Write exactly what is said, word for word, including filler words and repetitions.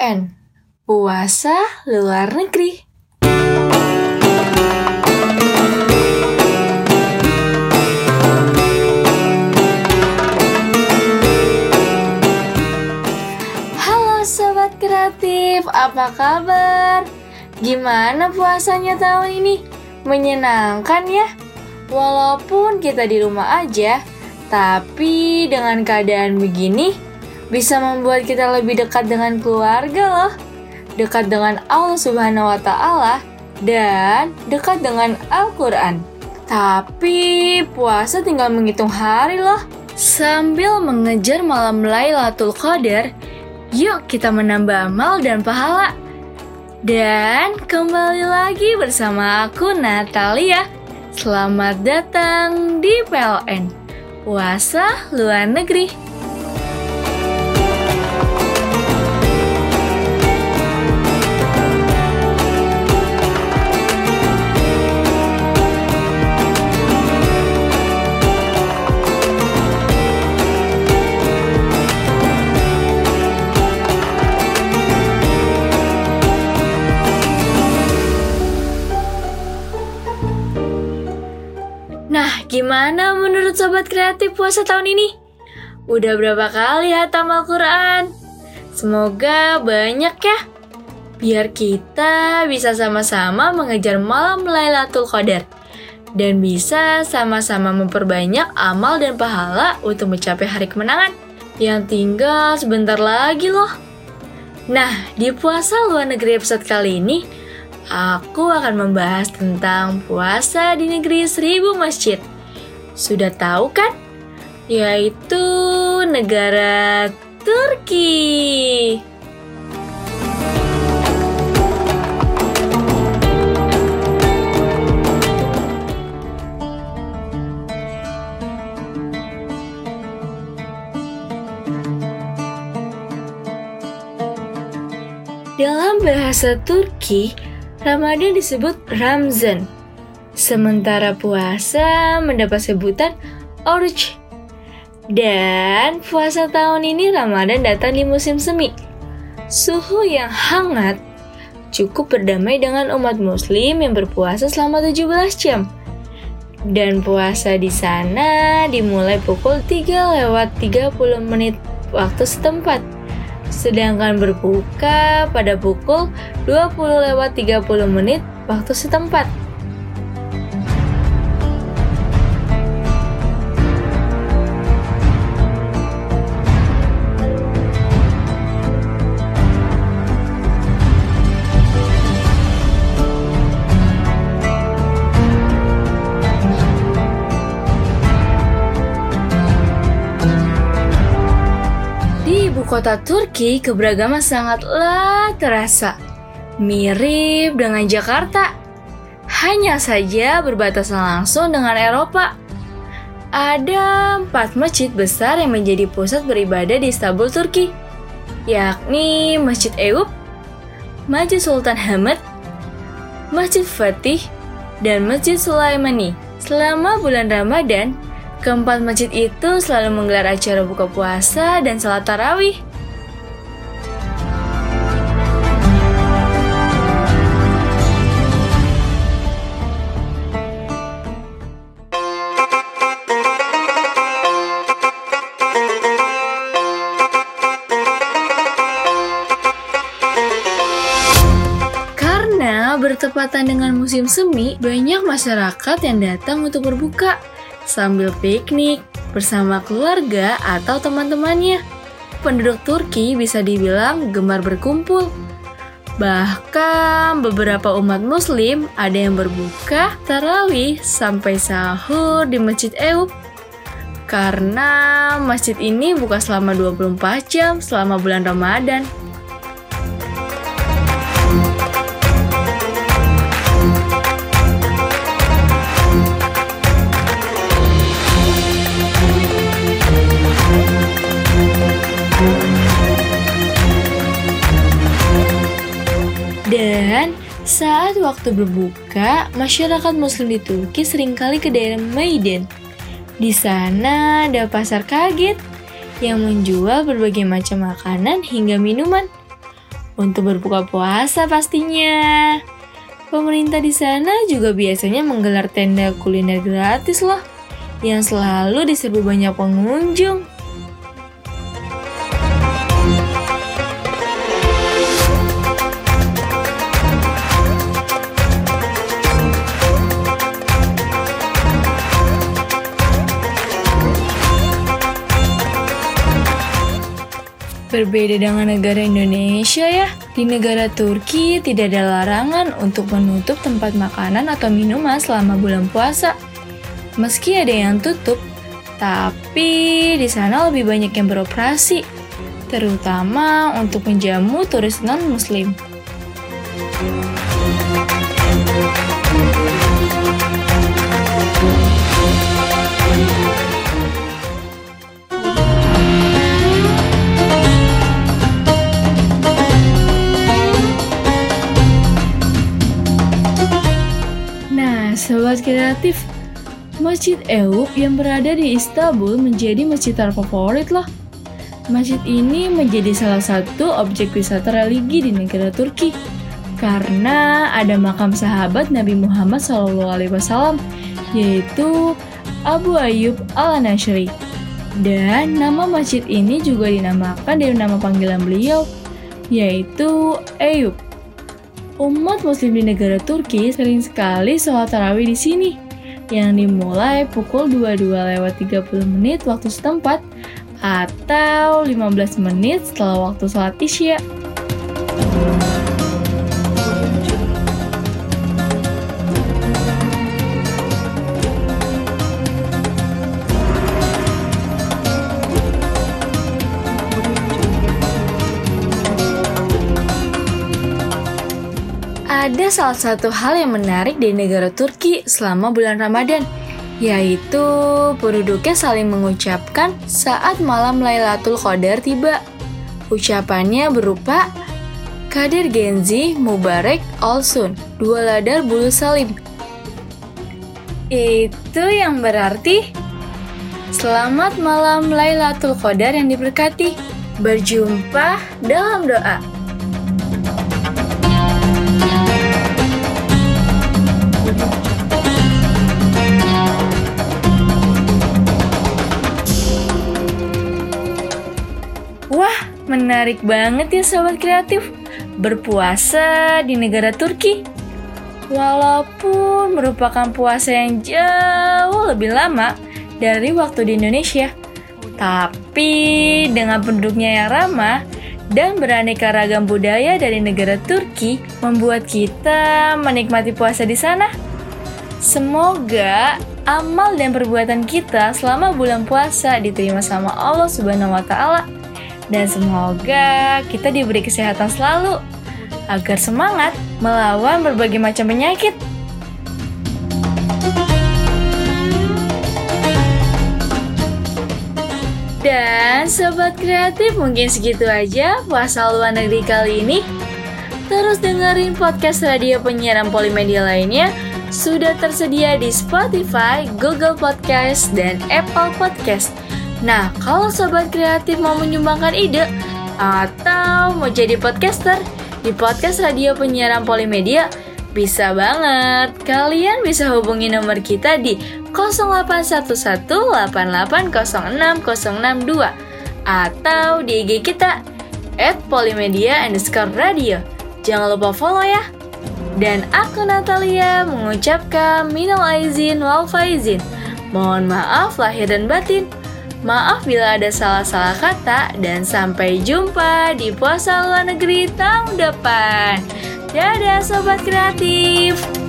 N. Puasa luar negeri. Halo Sobat Kreatif, apa kabar? Gimana puasanya tahun ini? Menyenangkan ya? Walaupun kita di rumah aja, tapi dengan keadaan begini, bisa membuat kita lebih dekat dengan keluarga loh. Dekat dengan Allah Subhanahu wa Ta'ala, dan dekat dengan Al-Quran. Tapi puasa tinggal menghitung hari loh. Sambil mengejar malam Lailatul Qadar, yuk kita menambah amal dan pahala. Dan kembali lagi bersama aku Natalia. Selamat datang di P L N, Puasa Luar Negeri. Nah, gimana menurut Sobat Kreatif puasa tahun ini? Udah berapa kali hatam Al-Quran? Semoga banyak ya, biar kita bisa sama-sama mengejar malam Lailatul Qadar dan bisa sama-sama memperbanyak amal dan pahala untuk mencapai hari kemenangan yang tinggal sebentar lagi loh. Nah, di Puasa Luar Negeri episode kali ini, aku akan membahas tentang puasa di negeri seribu masjid. Sudah tahu kan? Yaitu negara Turki. Dalam bahasa Turki, Ramadan disebut Ramzan, sementara puasa mendapat sebutan Oruç. Dan puasa tahun ini Ramadan datang di musim semi. Suhu yang hangat cukup berdamai dengan umat muslim yang berpuasa selama tujuh belas jam. Dan puasa di sana dimulai pukul tiga lewat tiga puluh menit waktu setempat. Sedangkan berbuka pada pukul dua puluh lewat tiga puluh menit waktu setempat. Kota Turki, keberagaman sangatlah terasa. Mirip dengan Jakarta. Hanya saja berbatasan langsung dengan Eropa. Ada empat masjid besar yang menjadi pusat beribadah di Istanbul, Turki, yakni Masjid Eyüp, Masjid Sultan Hamid, Masjid Fatih, dan Masjid Sulaimani. Selama bulan Ramadan, keempat masjid itu selalu menggelar acara buka puasa dan salat tarawih. Karena bertepatan dengan musim semi, banyak masyarakat yang datang untuk berbuka sambil piknik bersama keluarga atau teman-temannya. Penduduk Turki bisa dibilang gemar berkumpul. Bahkan beberapa umat muslim ada yang berbuka tarawih sampai sahur di Masjid Eyüp. Karena masjid ini buka selama dua puluh empat jam selama bulan Ramadan. Dan saat waktu berbuka, masyarakat muslim di Turki seringkali ke daerah Meydan. Di sana ada pasar kaget yang menjual berbagai macam makanan hingga minuman. untuk berbuka puasa pastinya. Pemerintah di sana juga biasanya menggelar tenda kuliner gratis loh, yang selalu diserbu banyak pengunjung. Berbeda dengan negara Indonesia ya, di negara Turki tidak ada larangan untuk menutup tempat makanan atau minuman selama bulan puasa. Meski ada yang tutup, tapi di sana lebih banyak yang beroperasi, terutama untuk menjamu turis non-muslim. Sobat kreatif, Masjid Eyüp yang berada di Istanbul menjadi masjid terfavorit loh. Masjid ini menjadi salah satu objek wisata religi di negara Turki karena ada makam sahabat Nabi Muhammad shallallahu alaihi wasallam, yaitu Abu Ayyub al-Ansyari. Dan nama masjid ini juga dinamakan dari nama panggilan beliau, yaitu Eyüp. Umat muslim di negara Turki sering sekali sholat tarawih di sini, yang dimulai pukul dua puluh dua lewat tiga puluh menit waktu setempat atau lima belas menit setelah waktu sholat Isya. Ada salah satu hal yang menarik di negara Turki selama bulan Ramadan, yaitu penduduknya saling mengucapkan saat malam Lailatul Qadar tiba. Ucapannya berupa Kadir Genzi Mubarek Olsun Dua Ladar Bulu Salim. Itu yang berarti selamat malam Lailatul Qadar yang diberkati. Berjumpa dalam doa. Wah, menarik banget ya sobat kreatif, berpuasa di negara Turki. Walaupun merupakan puasa yang jauh lebih lama dari waktu di Indonesia, tapi dengan penduduknya yang ramah dan beraneka ragam budaya dari negara Turki membuat kita menikmati puasa di sana. Semoga amal dan perbuatan kita selama bulan puasa diterima sama Allah Subhanahu wa Ta'ala. Dan semoga kita diberi kesehatan selalu agar semangat melawan berbagai macam penyakit. Dan sobat kreatif, mungkin segitu aja puasa luar negeri kali ini. Terus dengerin podcast radio penyiaran Polimedia lainnya, sudah tersedia di Spotify, Google Podcast, dan Apple Podcast. Nah, kalau sobat kreatif mau menyumbangkan ide atau mau jadi podcaster di podcast radio penyiaran Polimedia, bisa banget. Kalian bisa hubungi nomor kita di nol delapan satu satu delapan delapan nol enam nol enam dua atau di I G kita et polimedia underscore radio. Jangan lupa follow ya. Dan aku Natalia mengucapkan minal aizin wal faizin. Mohon maaf lahir dan batin. Maaf bila ada salah-salah kata, dan sampai jumpa di puasa luar negeri tahun depan. Dadah sobat kreatif.